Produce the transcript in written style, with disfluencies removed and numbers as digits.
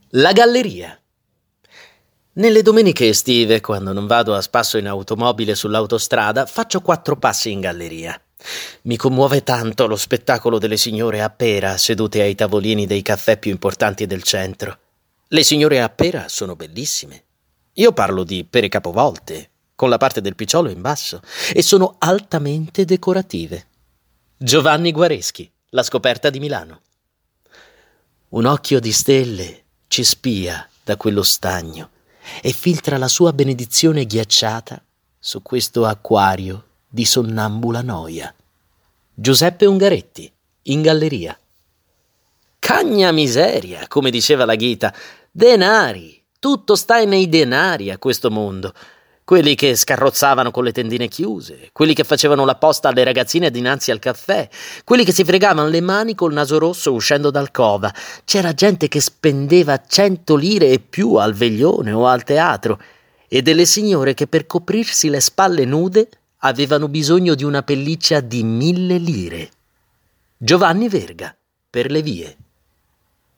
La galleria. Nelle domeniche estive, quando non vado a spasso in automobile sull'autostrada, faccio 4 passi in galleria. Mi commuove tanto lo spettacolo delle signore a pera sedute ai tavolini dei caffè più importanti del centro. Le signore a pera sono bellissime. Io parlo di pere capovolte, con la parte del picciolo in basso, e sono altamente decorative. Giovanni Guareschi, La scoperta di Milano. Un occhio di stelle ci spia da quello stagno e filtra la sua benedizione ghiacciata su questo acquario di sonnambula noia. Giuseppe Ungaretti, in galleria. Cagna miseria, come diceva la Ghita, denari, tutto sta nei denari a questo mondo. Quelli che scarrozzavano con le tendine chiuse, quelli che facevano la posta alle ragazzine dinanzi al caffè, quelli che si fregavano le mani col naso rosso uscendo dal cova. C'era gente che spendeva 100 lire e più al veglione o al teatro, e delle signore che per coprirsi le spalle nude avevano bisogno di una pelliccia di 1000 lire. Giovanni Verga, Per le vie.